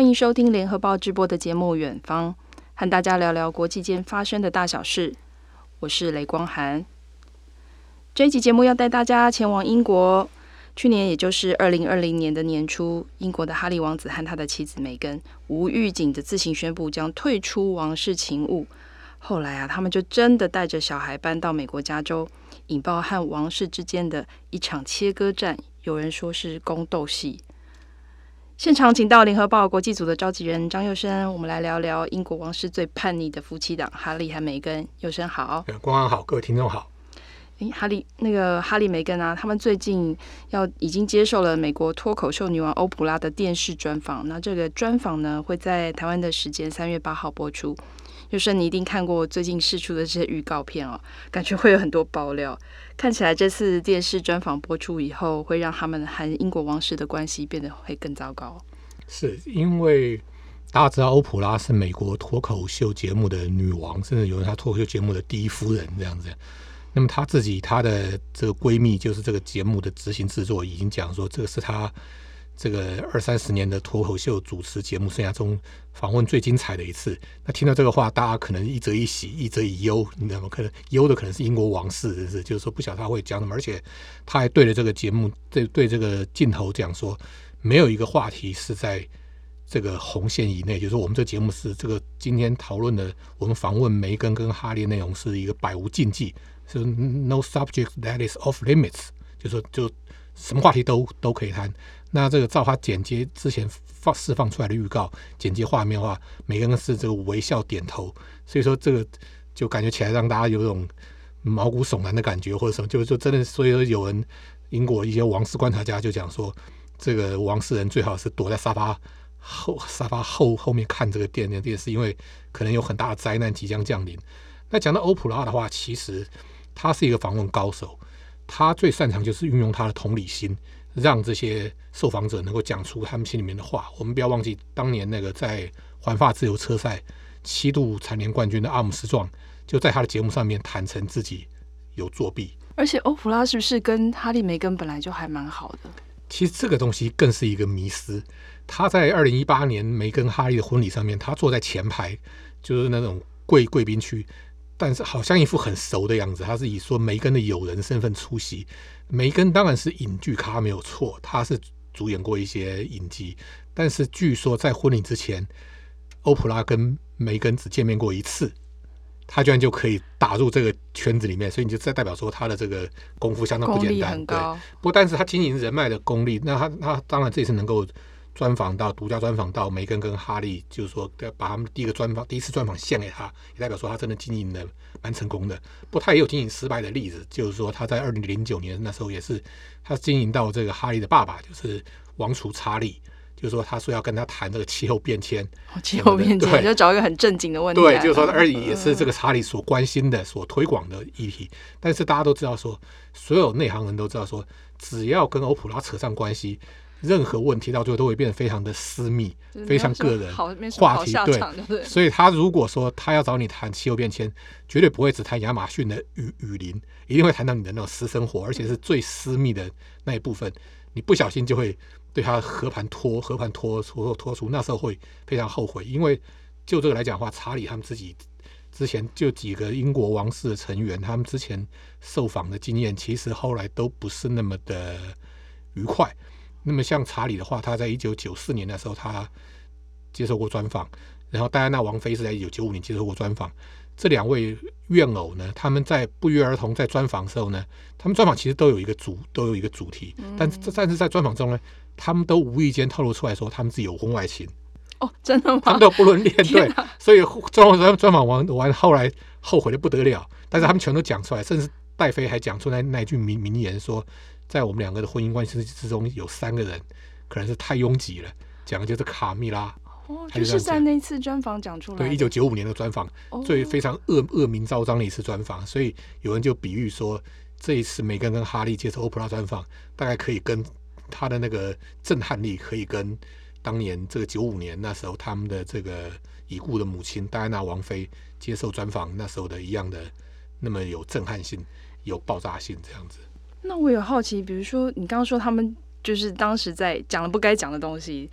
欢迎收听联合报直播的节目《远方》，和大家聊聊国际间发生的大小事。我是雷光涵。这一集节目要带大家前往英国。去年也就是2020年的年初，英国的哈利王子和他的妻子梅根无预警的自行宣布将退出王室勤务。后来他们就真的带着小孩搬到美国加州，引爆和王室之间的一场切割战，有人说是宫斗戏。现场请到联合报国际组的召集人张佑生，我们来聊聊英国王室最叛逆的夫妻档哈利和梅根。佑生好。 光安好，各位听众好。 哈利梅根他们最近已经接受了美国脱口秀女王欧普拉的电视专访。那这个专访呢，会在台湾的时间3月8号播出。佑生，你一定看过最近释出的这些预告片感觉会有很多爆料。看起来这次电视专访播出以后，会让他们和英国王室的关系变得会更糟糕。 是因为大家知道欧普拉是美国脱口秀节目的女王，甚至有人她脱口秀节目的第一夫人这样子。那么她的这个闺蜜，就是这个节目的执行制作，已经讲说这个是她这个20-30年的脱口秀主持节目生涯中访问最精彩的一次。那听到这个话，大家可能一则以喜，一则以忧，你知道吗？可能忧的可能是英国王室，就是说不晓得他会讲什么，而且他还对着这个节目对这个镜头讲说，没有一个话题是在这个红线以内，就是说我们这节目是这个今天讨论的，我们访问梅根跟哈利的内容是一个百无禁忌，是 no subject that is off limits， 就是说就什么话题都可以谈。那这个照他剪接之前释放出来的预告，剪接画面的话，梅根是这个微笑点头，所以说这个就感觉起来让大家有种毛骨悚然的感觉，或者什么，就真的，所以说有人英国一些王室观察家就讲说，这个王室人最好是躲在沙发后面看这个电视，因为可能有很大的灾难即将降临。那讲到欧普拉的话，其实他是一个访问高手，他最擅长就是运用他的同理心，让这些受访者能够讲出他们心里面的话。我们不要忘记当年那个在环法自由车赛7度蝉联冠军的阿姆斯壮，就在他的节目上面坦诚自己有作弊。 而且欧普拉是不是跟哈利梅根本来就还蛮好的？ 其实这个东西更是一个迷思。他在2018年梅根哈利的婚礼上面，他坐在前排，就是那种贵宾区，但是好像一副很熟的样子。他是以说梅根的友人身份出席。梅根当然是影剧咖没有错，他是主演过一些影集，但是据说在婚礼之前，欧普拉跟梅根只见面过一次，他居然就可以打入这个圈子里面，所以你就在代表说他的这个功夫相当不简单，功力很高。 不过但是他经营人脉的功力，那他当然这次能够独家专访到梅根跟哈利，就是说把他们第一次专访献给他，也代表说他真的经营的蛮成功的。不过他也有经营失败的例子，就是说他在2009年那时候也是他经营到这个哈利的爸爸，就是王储查理，就是说他说要跟他谈这个气候变迁， 气候变迁就找一个很正经的问题。 对，就是说而也是这个查理所关心的、所推广的议题。但是大家都知道说，所有内行人都知道说，只要跟欧普拉扯上关系，任何问题到最后都会变得非常的私密，非常个人话题。对，所以他如果说他要找你谈气候变迁，绝对不会只谈亚马逊的雨林，一定会谈到你的那种私生活，而且是最私密的那一部分。你不小心就会对他和盘托出，那时候会非常后悔。因为就这个来讲的话，查理他们自己之前就几个英国王室的成员，他们之前受访的经验，其实后来都不是那么的愉快。那么像查理的话，他在1994年的时候他接受过专访，然后戴安娜王妃是在1995年接受过专访。这两位怨偶呢，他们在不约而同在专访的时候呢，他们专访其实都有一个主题，但是在专访中呢，他们都无意间透露出来说他们自己有婚外情。 哦，真的吗？ 他们都不伦恋，对，所以专访完后来后悔的不得了，但是他们全都讲出来，甚至戴妃还讲出那句名言说，在我们两个的婚姻关系之中，有3个人可能是太拥挤了，讲的就是卡蜜拉。 就是在那次专访讲出来的。 对，1995年的专访，最非常恶名昭彰的一次专访，所以有人就比喻说，这一次梅根跟哈利接受欧普拉专访，大概可以跟他的那个震撼力，可以跟当年这个95年那时候他们的这个已故的母亲戴安娜王妃接受专访那时候的一样的，那么有震撼性、有爆炸性这样子。 那我有好奇，比如说你刚刚说他们就是当时在讲了不该讲的东西，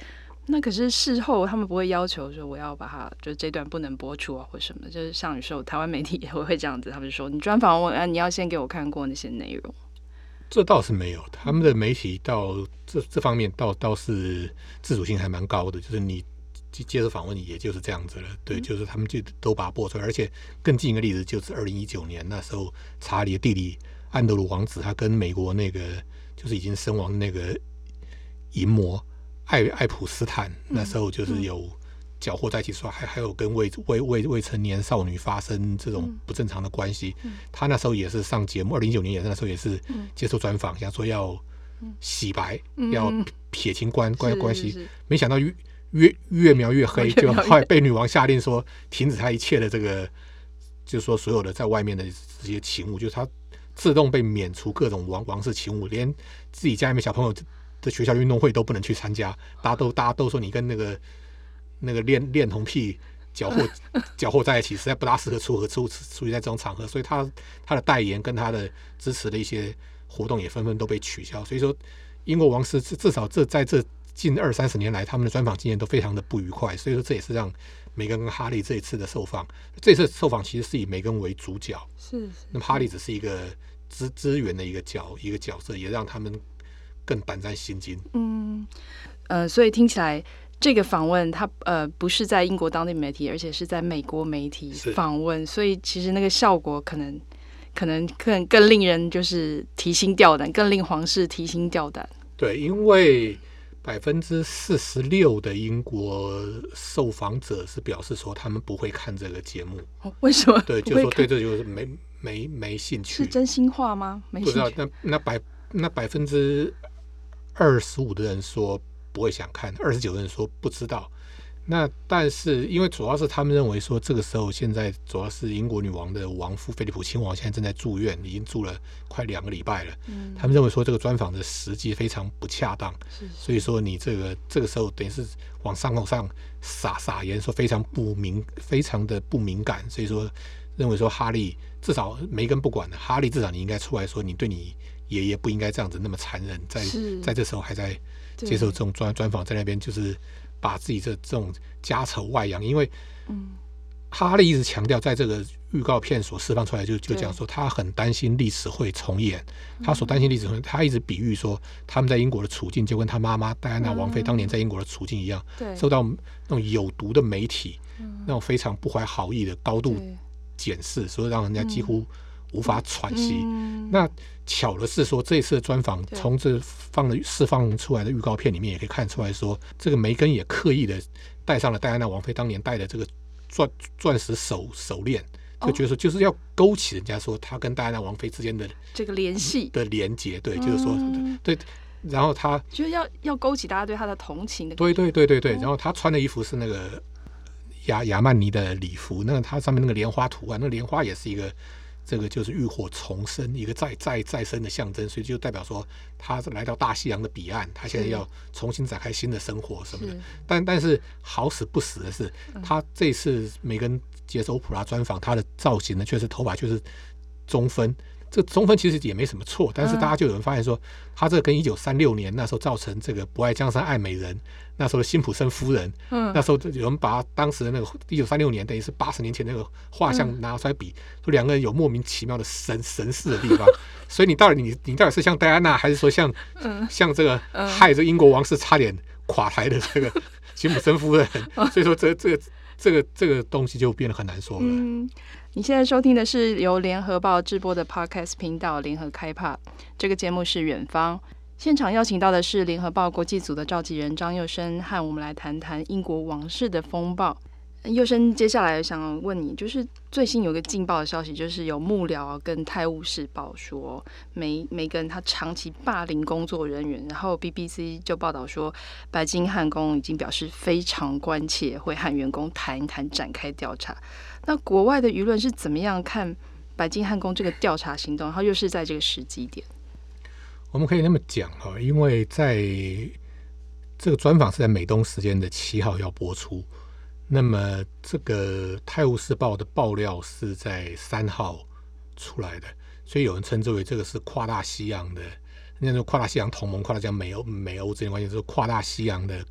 那可是事后他们不会要求说我要把它就这段不能播出啊或什么，就是像有时候台湾媒体也会这样子，他们说你专访我你要先给我看过那些内容。 这倒是没有，他们的媒体到这方面倒是自主性还蛮高的，就是你接受访问也就是这样子了，对，就是他们就都把它播出来。而且更近一个例子就是2019年那时候，查理的弟弟安德鲁王子，他跟美国那个就是已经身亡的那个淫魔爱普斯坦，那时候就是有缴获在一起说，还有跟未成年少女发生这种不正常的关系。他那时候也是上节目，2019年也是那时候也是接受专访，想说要洗白，要撇清关系，没想到越描越黑，就后来被女王下令说停止他一切的这个，就是说所有的在外面的这些勤务，就是他自动被免除各种王室勤务，连自己家里面小朋友的学校运动会都不能去参加，大家都说你跟那个恋童癖搅和在一起，实在不大适合出现在这种场合，所以他的代言跟他的支持的一些活动也纷纷都被取消。所以说，英国王室至少在这近20-30年来，他们的专访经验都非常的不愉快。所以说，这也是让梅根跟哈利这一次的受访，这次受访其实是以梅根为主角， 是那么哈利只是一个支援的一个角色，也让他们更胆战心惊。 所以听起来这个访问它不是在英国当地媒体，而且是在美国媒体访问，所以其实那个效果可能更令人就是提心吊胆，更令皇室提心吊胆。 对，因为46%的英国受访者是表示说他们不会看这个节目。 为什么？ 对，就是说对这就是没兴趣。 是真心话吗？没兴趣。 不知道。那25%的人说不会想看，29%的人说不知道。那但是因为主要是他们认为说，这个时候现在主要是英国女王的王夫菲利普亲王现在正在住院，已经住了快2个礼拜了。他们认为说这个专访的时机非常不恰当，所以说你这个时候等于是往伤口上撒盐，说非常的不敏感，所以说认为说哈利至少梅根不管了，哈利至少你应该出来说你对你爷爷不应该这样子那么残忍，在这时候还在接受这种专访，在那边就是把自己这种家丑外扬，因为哈利一直强调，在这个预告片所释放出来就讲说，他很担心历史会重演。他所担心历史会，他一直比喻说，他们在英国的处境就跟他妈妈戴安娜王妃当年在英国的处境一样，受到那种有毒的媒体那种非常不怀好意的高度检视，所以让人家几乎无法喘息。那巧的是说，这一次的专访从这释放出来的预告片里面也可以看出来说，这个梅根也刻意的戴上了戴安娜王妃当年戴的这个钻石手链，就觉得说就是要勾起人家说他跟戴安娜王妃之间的这个联系的连结，对，就是说对。然后他就是要勾起大家对他的同情的感觉。对。然后他穿的衣服是那个亚曼尼的礼服，那他上面那个莲花图案，那莲花也是一个这个就是浴火重生，一个再生的象征，所以就代表说他来到大西洋的彼岸，他现在要重新展开新的生活什么的。但是好死不死的是，他这次梅根接受欧普拉专访，他的造型呢却是头发就是中分。这个中分其实也没什么错，但是大家就有人发现说，他这个跟1936年那时候造成这个不爱江山爱美人那时候的辛普森夫人，那时候有人把当时的那个1936年等于是80年前那个画像拿出来比，说两个人有莫名其妙的神似的地方。所以你到底是像戴安娜，还是说像这个害这英国王室差点垮台的这个辛普森夫人？所以说这个东西就变得很难说了。 你现在收听的是由联合报直播的 Podcast 频道联合开帕，这个节目是远方。现场邀请到的是联合报国际组的召集人张佑生，和我们来谈谈英国王室的风暴。佑生，接下来想问你，就是最新有个劲爆的消息，就是有幕僚跟《泰晤士报》说梅根他长期霸凌工作人员，然后 BBC 就报道说白金汉宫已经表示非常关切，会和员工谈一谈，展开调查。那国外的舆论是怎么样看白金汉宫这个调查行动？然后又是在这个时机点？ 我们可以那么讲，因为在这个专访是在美东时间的7号要播出，那么这个《泰晤士报》的爆料是在3号出来的，所以有人称之为这个是跨大西洋的，那种跨大西洋同盟、跨大西洋美欧之间关系，就是跨大西洋的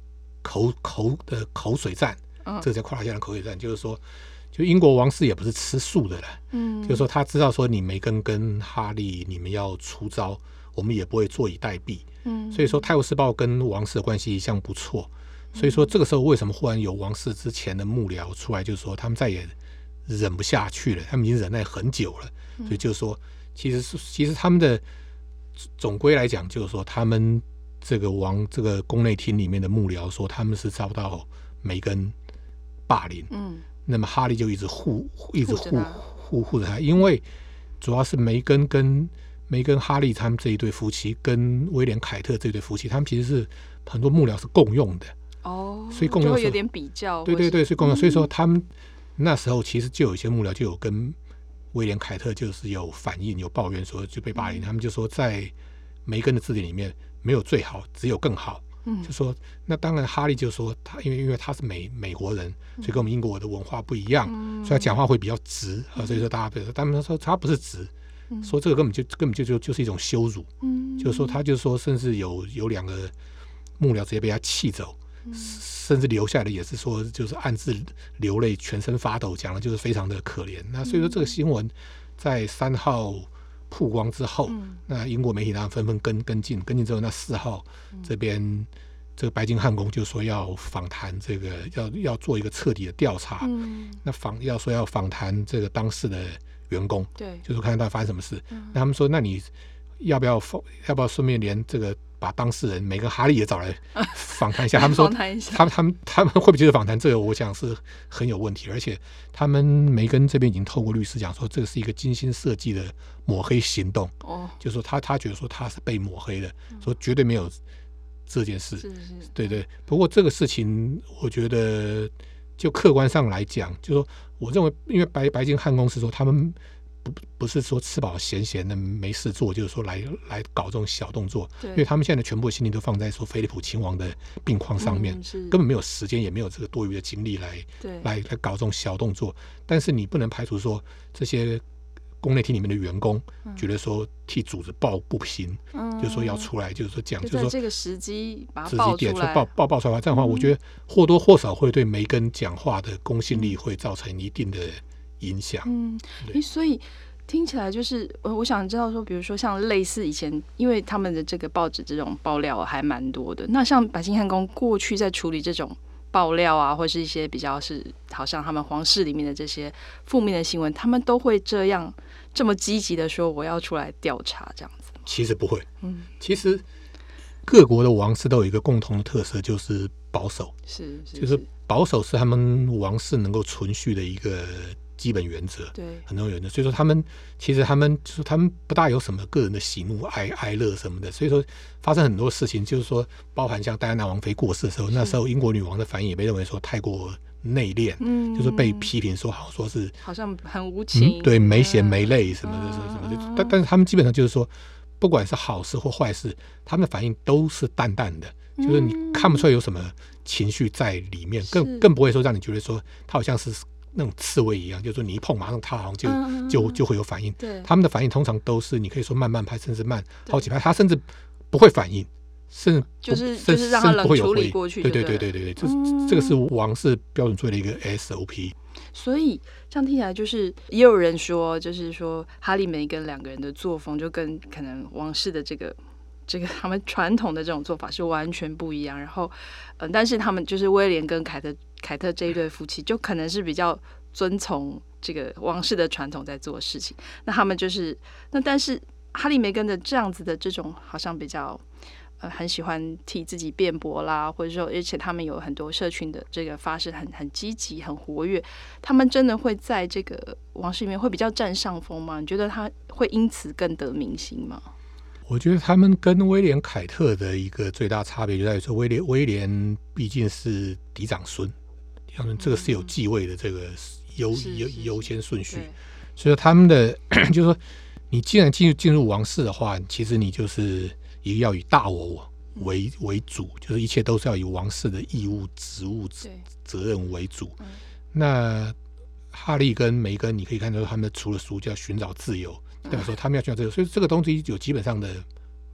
口水战，这个叫夸下的口水战，就是说，就英国王室也不是吃素的了，就是说他知道说你梅根跟哈利你们要出招，我们也不会坐以待毙，所以说《泰晤士报》跟王室的关系一向不错，所以说这个时候为什么忽然有王室之前的幕僚出来，就是说他们再也忍不下去了，他们已经忍耐很久了，所以就是说，其实他们的总归来讲，就是说他们这个宫内厅里面的幕僚说他们是遭到梅根霸凌，那么哈利就一直护着他，因为主要是梅根哈利他们这一对夫妻跟威廉凯特这一对夫妻，他们其实是很多幕僚是共用的，所以共用就会有点比较， 对，所以共用，所以说他们那时候其实就有一些幕僚就有跟威廉凯特就是有反映有抱怨说就被霸凌，他们就说在梅根的字典里面没有最好，只有更好，就说那当然哈利就说他因为他是美国人，所以跟我们英国的文化不一样，所以他讲话会比较直，所以说大家他们说他不是直，说这个根本就是一种羞辱，就是说他就说甚至有2个幕僚直接被他气走，甚至留下来的也是说就是暗自流泪全身发抖，讲的就是非常的可怜。那所以说这个新闻在3号曝光之后，那英国媒体当然纷纷跟进之后，那4号这边这个白金汉宫就说要访谈这个要做一个彻底的调查，那要访谈这个当事的员工，对，就是看到底发生什么事。那他们说，那你要不要顺便连这个把当事人每个哈利也找来访谈一下？他们说他们会不会接受访谈？这个我想是很有问题，而且他们梅根这边已经透过律师讲说，这个是一个精心设计的抹黑行动，就是说他觉得说他是被抹黑的，说绝对没有这件事，对。不过这个事情，我觉得就客观上来讲，就是说，我认为因为白金汉宫是说他们不是说吃饱闲的没事做，就是说来搞这种小动作，因为他们现在的全部心力都放在说菲利普亲王的病况上面，根本没有时间也没有这个多余的精力来搞这种小动作。但是你不能排除说这些宫内厅里面的员工觉得说替主子抱不平，就是说要出来，就是说讲，就是说这个时机把它爆出来， 爆出来，这样的话，我觉得或多或少会对梅根讲话的公信力会造成一定的影响。 所以听起来就是我想知道说，比如说像类似以前，因为他们的这个报纸这种爆料还蛮多的，那像白金汉宫过去在处理这种爆料啊，或是一些比较是好像他们皇室里面的这些负面的新闻，他们都会这么积极的说我要出来调查这样子吗？ 其实不会，其实各国的王室都有一个共同的特色，就是保守，就是保守是他们王室能够存续的一个基本原则，对，很重要原则。所以说他们就是他们不大有什么个人的喜怒哀乐什么的，所以说发生很多事情，就是说包含像戴安娜王妃过世的时候，那时候英国女王的反应也被认为说太过内敛，就是被批评说好像很无情， 对，没血没泪什么的，但是他们基本上就是说，不管是好事或坏事，他们的反应都是淡淡的，就是你看不出来有什么情绪在里面，更不会说让你觉得说他好像是那种刺猬一样，就是说你一碰马上他好像就会有反应。他们的反应通常都是你可以说慢慢拍，甚至慢好几拍，他甚至不会反应，甚至就是让他冷处理过去。 对，这个是王室标准作为的一个 SOP。 所以这样听起来，就是也有人说，就是说哈利梅根2个人的作风就跟可能王室的这个他们传统的这种做法是完全不一样。然后，但是他们就是威廉跟凯特这一对夫妻，就可能是比较遵从这个王室的传统在做事情。那他们但是哈利梅根的这样子的这种好像比较很喜欢替自己辩驳啦，或者说而且他们有很多社群的这个发声很积极很活跃，他们真的会在这个王室里面会比较占上风吗？你觉得他会因此更得民心吗？ 我觉得他们跟威廉凯特的一个最大差别就在于说，威廉毕竟是嫡长孙，这个是有继位的这个优先顺序，所以说他们的就是说，你既然进入王室的话，其实你就是也要以大我为主，就是一切都是要以王室的义务、职务、责任为主。那哈利跟梅根，你可以看到他们除了书叫寻找自由，代表说他们要寻找自由，所以这个东西有基本上的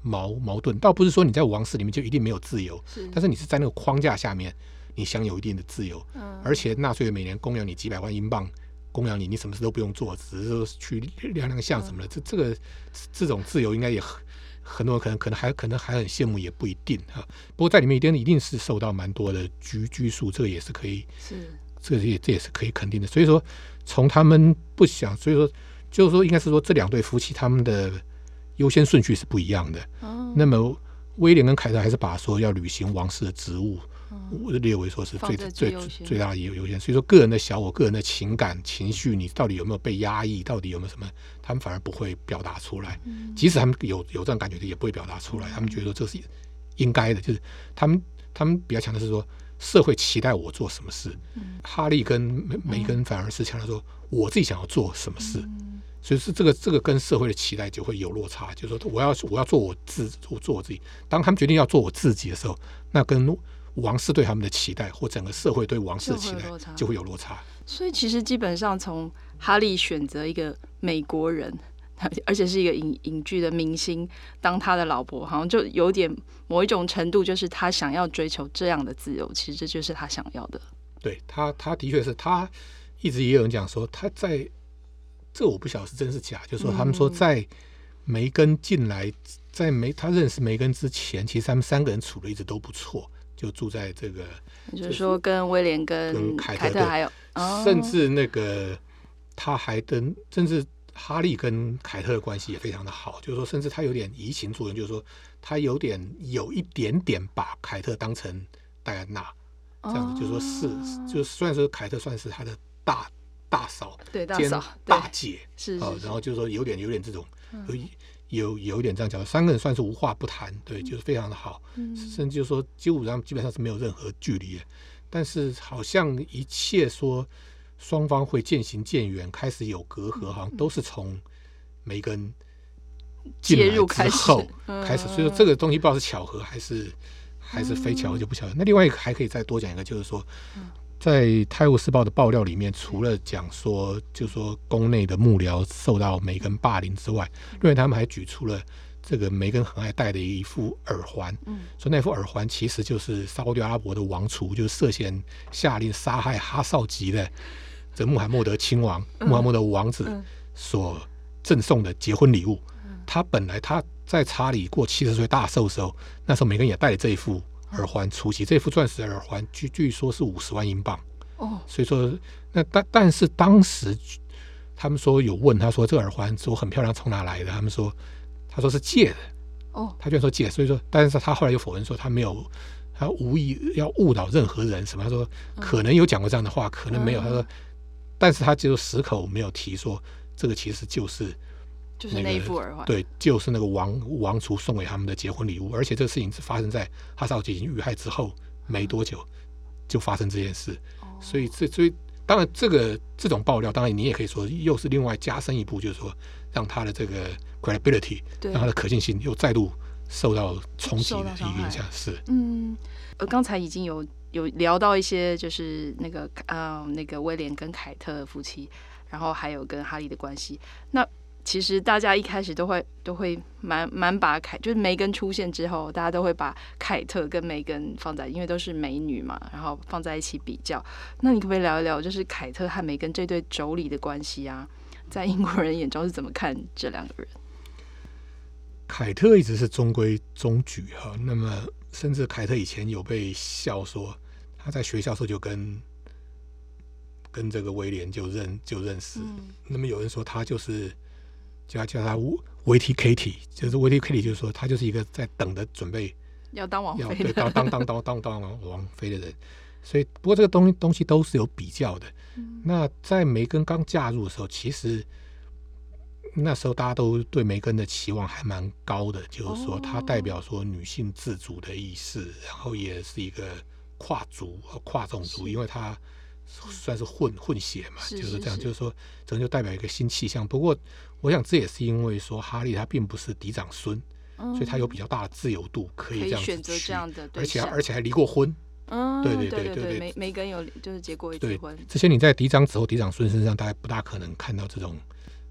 矛盾。倒不是说你在王室里面就一定没有自由，但是你是在那个框架下面，你享有一定的自由，而且纳粹每年供养你几百万英镑，供养你什么事都不用做，只是说去亮亮相什么的。这种自由应该也很多人可能还很羡慕，也不一定啊。不过在里面一定是受到蛮多的拘束，这个也是可以，这也是可以肯定的。所以说，从他们不想，所以说就是说，应该是说这两对夫妻他们的优先顺序是不一样的。那么威廉跟凯特还是把说要履行王室的职务，列为说是最大的优先。所以说个人的小我、个人的情感情绪，你到底有没有被压抑，到底有没有什么，他们反而不会表达出来。即使他们有这种感觉，也不会表达出来。他们觉得这是应该的，就是他们比较强的是说社会期待我做什么事。哈利跟梅根反而是强调说我自己想要做什么事。所以是这个跟社会的期待就会有落差，就是说我要做我自己。当他们决定要做我自己的时候，那跟王室对他们的期待或整个社会对王室的期待就会有落差。 所以其实基本上从哈利选择一个美国人，而且是一个影剧的明星当他的老婆，好像就有点某一种程度，就是他想要追求这样的自由，其实这就是他想要的。对， 他的确是，他一直也有人讲说他在。这我不晓得是真是假，就是说他们说在梅根进来，他认识梅根之前，其实他们三个人处的一直都不错，就住在这个， 就是说跟威廉跟凯特还有， 甚至那个他还甚至哈利跟凯特的关系也非常的好，就是说甚至他有点移情作用，就是说他有一点点把凯特当成戴安娜这样子，就是说就是虽然说凯特算是他的大嫂， 对大嫂大姐是然后就是说有点这种，有点这样讲，三个人算是无话不谈，对，就是非常的好，甚至就是说基本上是没有任何距离的，但是好像一切说双方会渐行渐远，开始有隔阂，好像都是从梅根进来之后开始，所以说这个东西不知道是巧合还是非巧合就不晓得。那另外一个还可以再多讲一个，就是说。在《泰晤士报》的爆料里面，除了讲说，就是说宫内的幕僚受到梅根霸凌之外，因为他们还举出了这个梅根很爱戴的一副耳环，说那副耳环其实就是沙烏地阿拉伯的王储，就是涉嫌下令杀害哈绍吉的这穆罕默德亲王、穆罕默德王子所赠送的结婚礼物。他在查理过70岁大寿的时候，那时候梅根也戴了这一副耳环出席，这副钻石耳环据说是50万英镑。所以说但是当时他们说有问他说这个耳环说很漂亮从哪来的，他说是借的。他居然说借，所以说但是他后来又否认说他没有，他无意要误导任何人什么，他说可能有讲过这样的话，可能没有，他说但是他就死口没有提说这个其实就是那一副耳环， 对，就是那个王储送给他们的结婚礼物，而且这个事情是发生在哈绍吉已经遇害之后没多久就发生这件事，所以当然这种爆料，当然你也可以说又是另外加深一步，就是说让他的这个 credibility， 让他的可信性又再度受到冲击的一个影响。是， 刚才已经有聊到一些，就是那个威廉跟凯特夫妻，然后还有跟哈利的关系。那其实大家一开始都会蛮把就是梅根出现之后，大家都会把凯特跟梅根放在，因为都是美女嘛，然后放在一起比较。那你可不可以聊一聊，就是凯特和梅根这对妯娌的关系啊？在英国人眼中是怎么看这两个人？ 凯特一直是中规中矩哈，那么甚至凯特以前有被笑说，他在学校的时候就跟这个威廉就认识。那么有人说他就是叫他维提 Katie， 就是维提 Katie， 就是说他就是一个在等的准备要当王妃的， 当王妃的人。所以不过这个东西都是有比较的。那在梅根刚嫁入的时候，其实那时候大家都对梅根的期望还蛮高的，就是说她代表说女性自主的意识，然后也是一个跨种族，因为她算是混血嘛，就是这样，就是说整个就代表一个新气象。不过我想这也是因为说哈利他并不是嫡长孙，所以他有比较大的自由度可以这样子选择这样的对象，而且还离过婚。 对，梅根有就是结过一次婚。 这些你在嫡长子或嫡长孙身上大概不大可能看到这种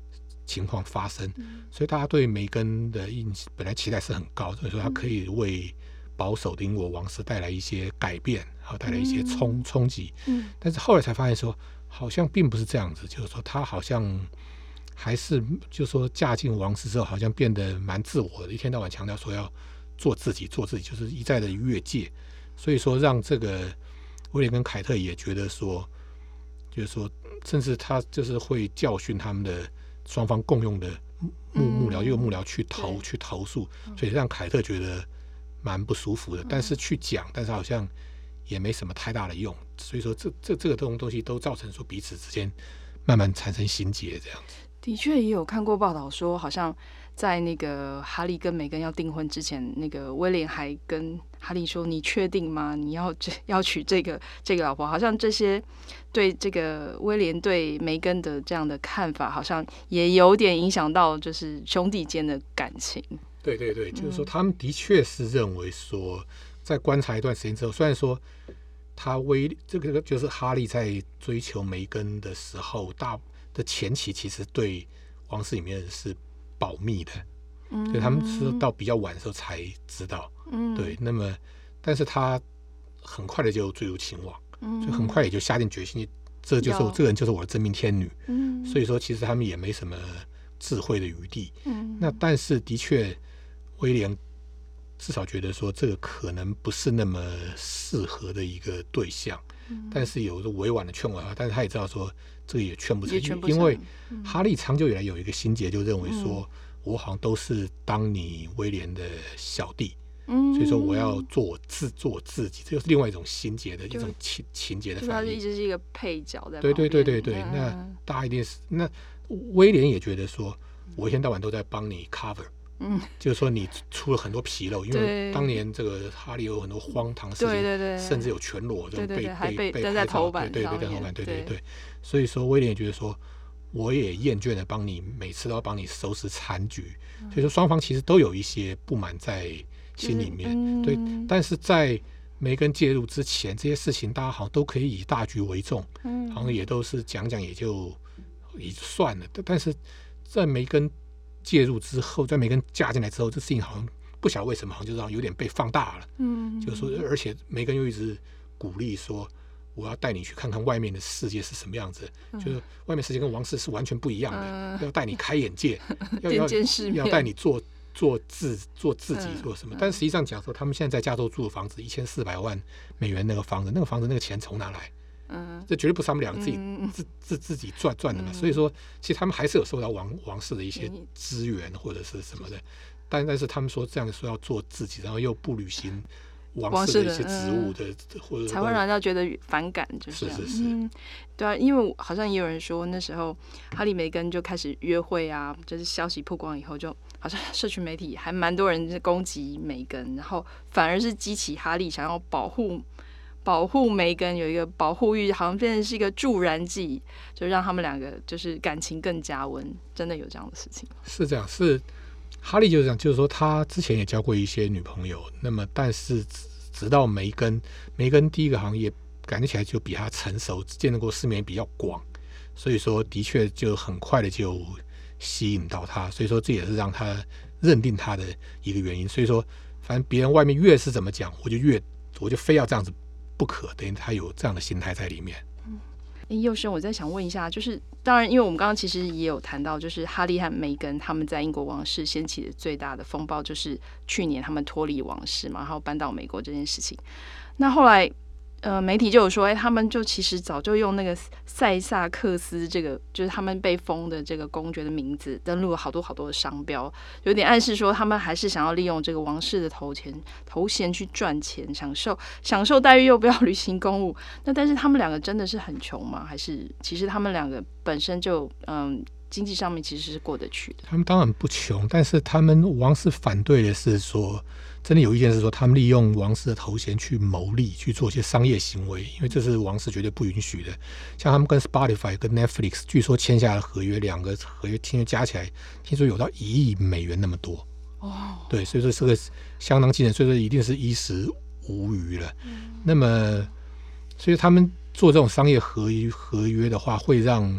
情况发生，所以大家对梅根的本来期待是很高，所以说他可以为保守的英国王室带来一些改变，带来一些冲击。但是后来才发现说，好像并不是这样子，就是说他好像还是就是说嫁进王室之后，好像变得蛮自我的，一天到晚强调说要做自己，就是一再的越界，所以说让这个威廉跟凯特也觉得说，就是说，甚至他就是会教训他们的双方共用的幕僚，幕僚去投诉，所以让凯特觉得蛮不舒服的。但是去讲，但是好像也没什么太大的用，所以说这个东西都造成说彼此之间慢慢产生心结这样子。 的确也有看过报道说，好像在那个哈利跟梅根要订婚之前，那个威廉还跟哈利说：“你确定吗？你要娶这个老婆？”好像这些对这个威廉对梅根的这样的看法，好像也有点影响到就是兄弟间的感情。 对，就是说他们的确是认为说，在观察一段时间之后，虽然说这个就是哈利在追求梅根的时候，的前期其实对王室里面是保密的，所以他们是到比较晚的时候才知道。对，那么但是他很快的就坠入情网，所以很快也就下定决心，这个人就是我的真命天女。所以说其实他们也没什么智慧的余地。那但是的确威廉至少觉得说这个可能不是那么适合的一个对象，但是有委婉的劝慰他，但是他也知道说这个也劝不成，因为哈利长久以来有一个心结，就认为说我好像都是当你威廉的小弟，所以说我要做我自己，这就是另外一种心结的一种情节的反应。 他一直是一个配角在旁边。对，那大家一定是那威廉也觉得说，我一天到晚都在帮你 cover。就是说你出了很多纰漏，因为当年这个哈利有很多荒唐的事情，甚至有全裸这种被登在头版上面，对，所以说威廉也觉得说，我也厌倦了帮你每次都要帮你收拾残局，所以说双方其实都有一些不满在心里面，对，但是在梅根介入之前，这些事情大家好像都可以以大局为重，好像也都是讲也就算了，但是在梅根介入之后，在梅根嫁进来之后，这事情好像不晓得为什么，好像就有点被放大了。就是说，而且梅根又一直鼓励说，我要带你去看看外面的世界是什么样子，就是外面世界跟王室是完全不一样的，要带你开眼界，要带你做自己做什么。但实际上讲说，他们现在在加州住的房子，1400万美元那个房子，那个钱从哪来？这绝对不是他们两个自己赚的嘛，所以说其实他们还是有受到王室的一些资源或者是什么的，但是他们说这样说要做自己，然后又不履行王室的一些职务的，或者才会让人家觉得反感，就是对啊，因为好像也有人说那时候哈利梅根就开始约会啊，就是消息曝光以后，就好像社群媒体还蛮多人攻击梅根，然后反而是激起哈利想要保护梅根，有一个保护欲，好像变成是一个助燃剂，就让他们两个就是感情更加温。真的有这样的事情？ 是这样，是哈利就是这样，就是说他之前也交过一些女朋友，那么但是直到梅根第一个行业感觉起来就比他成熟，见得过世面比较广，所以说的确就很快的就吸引到他，所以说这也是让他认定他的一个原因。所以说反正别人外面越是怎么讲，我就非要这样子不可，等于他有这样的心态在里面。 佑生，我在想问一下，就是当然，因为我们刚刚其实也有谈到，就是哈利和梅根他们在英国王室掀起的最大的风暴，就是去年他们脱离王室嘛，然后搬到美国这件事情。那后来媒体就有说，他们就其实早就用那个塞萨克斯这个，就是他们被封的这个公爵的名字，登录了好多的商标，有点暗示说他们还是想要利用这个王室的头衔去赚钱，享受待遇，又不要履行公务。那但是他们两个真的是很穷吗？还是其实他们两个本身就经济上面其实是过得去的？ 他们当然不穷，但是他们王室反对的是说，真的有意见是说，他们利用王室的头衔去牟利，去做一些商业行为，因为这是王室绝对不允许的。像他们跟 Spotify 跟 Netflix 据说签下的合约，两个合约加起来，听说有到1亿美元那么多。对，所以说这个相当惊人，所以说一定是衣食无余了。那么，所以他们做这种商业合约的话，会让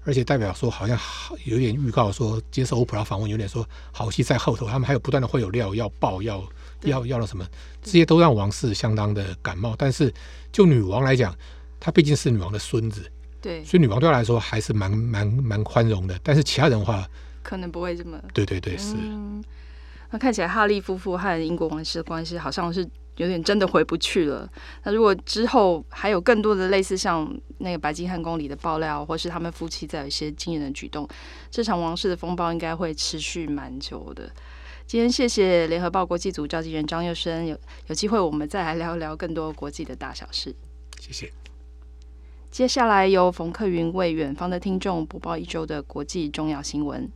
而且代表说好像有点预告说接受欧普拉访问，有点说好戏在后头，他们还有不断的会有料要爆要了什么，这些都让王室相当的感冒。但是就女王来讲，她毕竟是女王的孙子， 对， 所以女王对她来说还是蛮宽容的。但是其他人的话， 可能不会这么。 对对对，是。 那看起来哈利夫妇和英国王室的关系好像是有点真的回不去了。那如果之后还有更多的类似像那个白金汉宫里的爆料，或是他们夫妻在有一些惊人的举动，这场王室的风暴应该会持续蛮久的。今天谢谢联合报国际组召集人张佑生，有机会我们再来聊聊更多国际的大小事。 谢谢。 接下来由冯克云为远方的听众播报一周的国际重要新闻。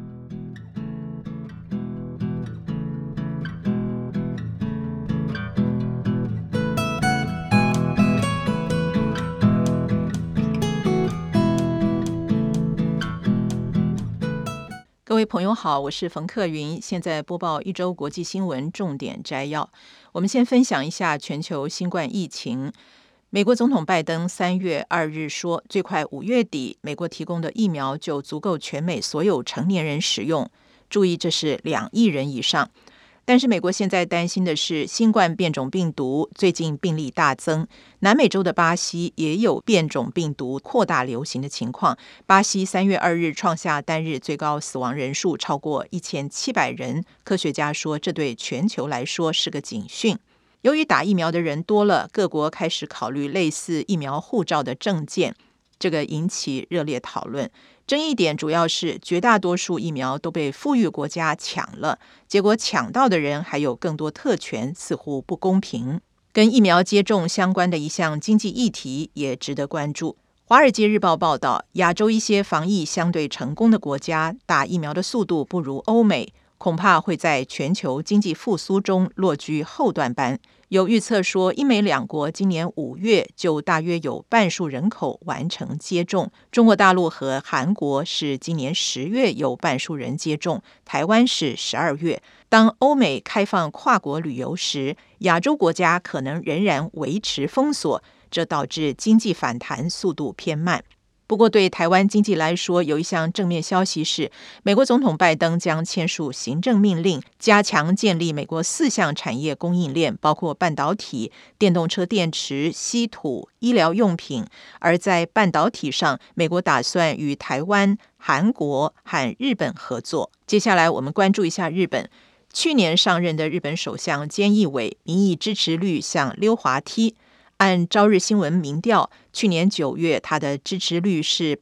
各位朋友好，我是冯克云，现在播报一周国际新闻重点摘要。我们先分享一下全球新冠疫情。美国总统拜登3月2日说，最快5月底，美国提供的疫苗就足够全美所有成年人使用。注意，这是2亿人以上。但是美国现在担心的是新冠变种病毒最近病例大增，南美洲的巴西也有变种病毒扩大流行的情况。巴西3月2日创下单日最高死亡人数超过1700人，科学家说这对全球来说是个警讯。由于打疫苗的人多了，各国开始考虑类似疫苗护照的证件，这个引起热烈讨论。争议点主要是绝大多数疫苗都被富裕国家抢了，结果抢到的人还有更多特权，似乎不公平。跟疫苗接种相关的一项经济议题也值得关注。《华尔街日报》报道，亚洲一些防疫相对成功的国家打疫苗的速度不如欧美，恐怕会在全球经济复苏中落居后段班。有预测说，英美两国今年5月就大约有半数人口完成接种，中国大陆和韩国是今年10月有半数人接种，台湾是12月。当欧美开放跨国旅游时，亚洲国家可能仍然维持封锁，这导致经济反弹速度偏慢。不过对台湾经济来说，有一项正面消息是，美国总统拜登将签署行政命令，加强建立美国4项产业供应链，包括半导体、电动车电池、稀土、医疗用品。而在半导体上，美国打算与台湾、韩国和日本合作。接下来我们关注一下日本。去年上任的日本首相菅义伟民意支持率像溜滑梯。按朝日新闻民调，去年9月他的支持率是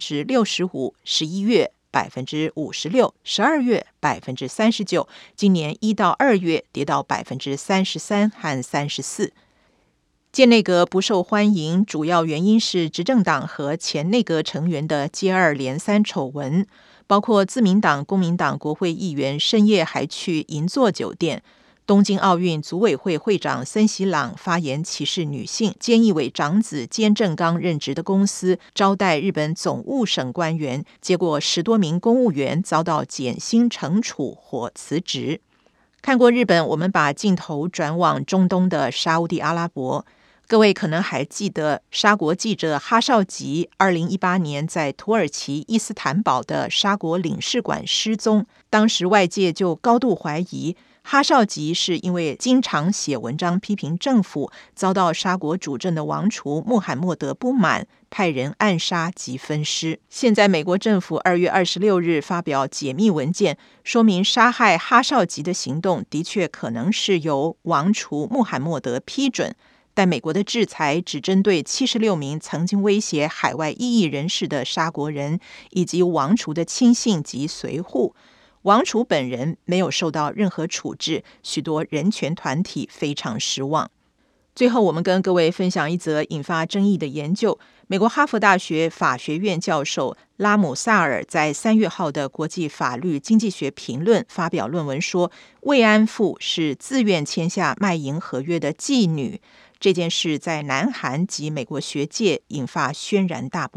65%， 11月 56%， 12月 39%， 今年1到2月跌到 33% 和 34%。建内阁不受欢迎，主要原因是执政党和前内阁成员的接二连三丑闻，包括自民党、公民党国会议员深夜还去银座酒店。东京奥运组委会会长森喜朗发言歧视女性，菅义伟长子菅正刚任职的公司招待日本总务省官员，结果10多名公务员遭到减薪惩处或辞职。看过日本，我们把镜头转往中东的沙烏地阿拉伯。各位可能还记得沙国记者哈绍吉2018年在土耳其伊斯坦堡的沙国领事馆失踪，当时外界就高度怀疑哈绍吉是因为经常写文章批评政府，遭到沙国主政的王储穆罕默德不满，派人暗杀及分尸。现在美国政府2月26日发表解密文件，说明杀害哈绍吉的行动的确可能是由王储穆罕默德批准，但美国的制裁只针对76名曾经威胁海外异议人士的沙国人，以及王储的亲信及随扈。王储本人没有受到任何处置，许多人权团体非常失望。最后，我们跟各位分享一则引发争议的研究。美国哈佛大学法学院教授拉姆萨尔在3月号的国际法律经济学评论发表论文说，慰安妇是自愿签下卖淫合约的妓女。这件事在南韩及美国学界引发轩然大波。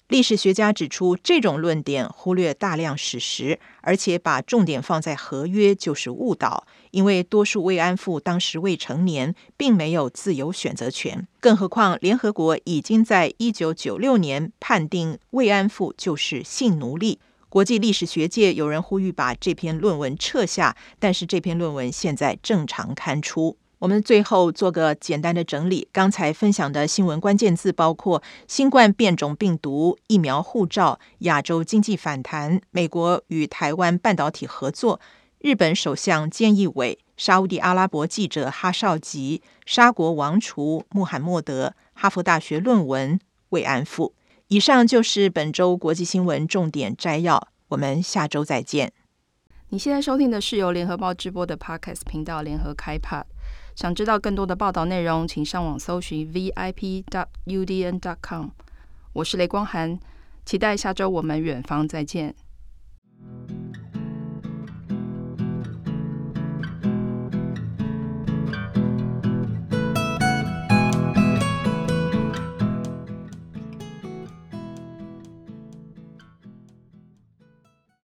历史学家指出，这种论点忽略大量史实，而且把重点放在合约就是误导，因为多数慰安妇当时未成年，并没有自由选择权。更何况联合国已经在1996年判定慰安妇就是性奴隶。国际历史学界有人呼吁把这篇论文撤下，但是这篇论文现在正常刊出。我们最后做个简单的整理，刚才分享的新闻关键字包括新冠变种病毒、疫苗护照、亚洲经济反弹、美国与台湾半导体合作、日本首相菅义伟、沙烏地阿拉伯记者哈绍吉、沙国王储穆罕默德、哈佛大学论文慰安妇。以上就是本周国际新闻重点摘要，我们下周再见。 你现在收听的是由联合报直播的 Podcast 频道联合开 Pod。想知道更多的报道内容，请上网搜寻 vip.udn.com。 我是雷光涵，期待下周我们远方再见。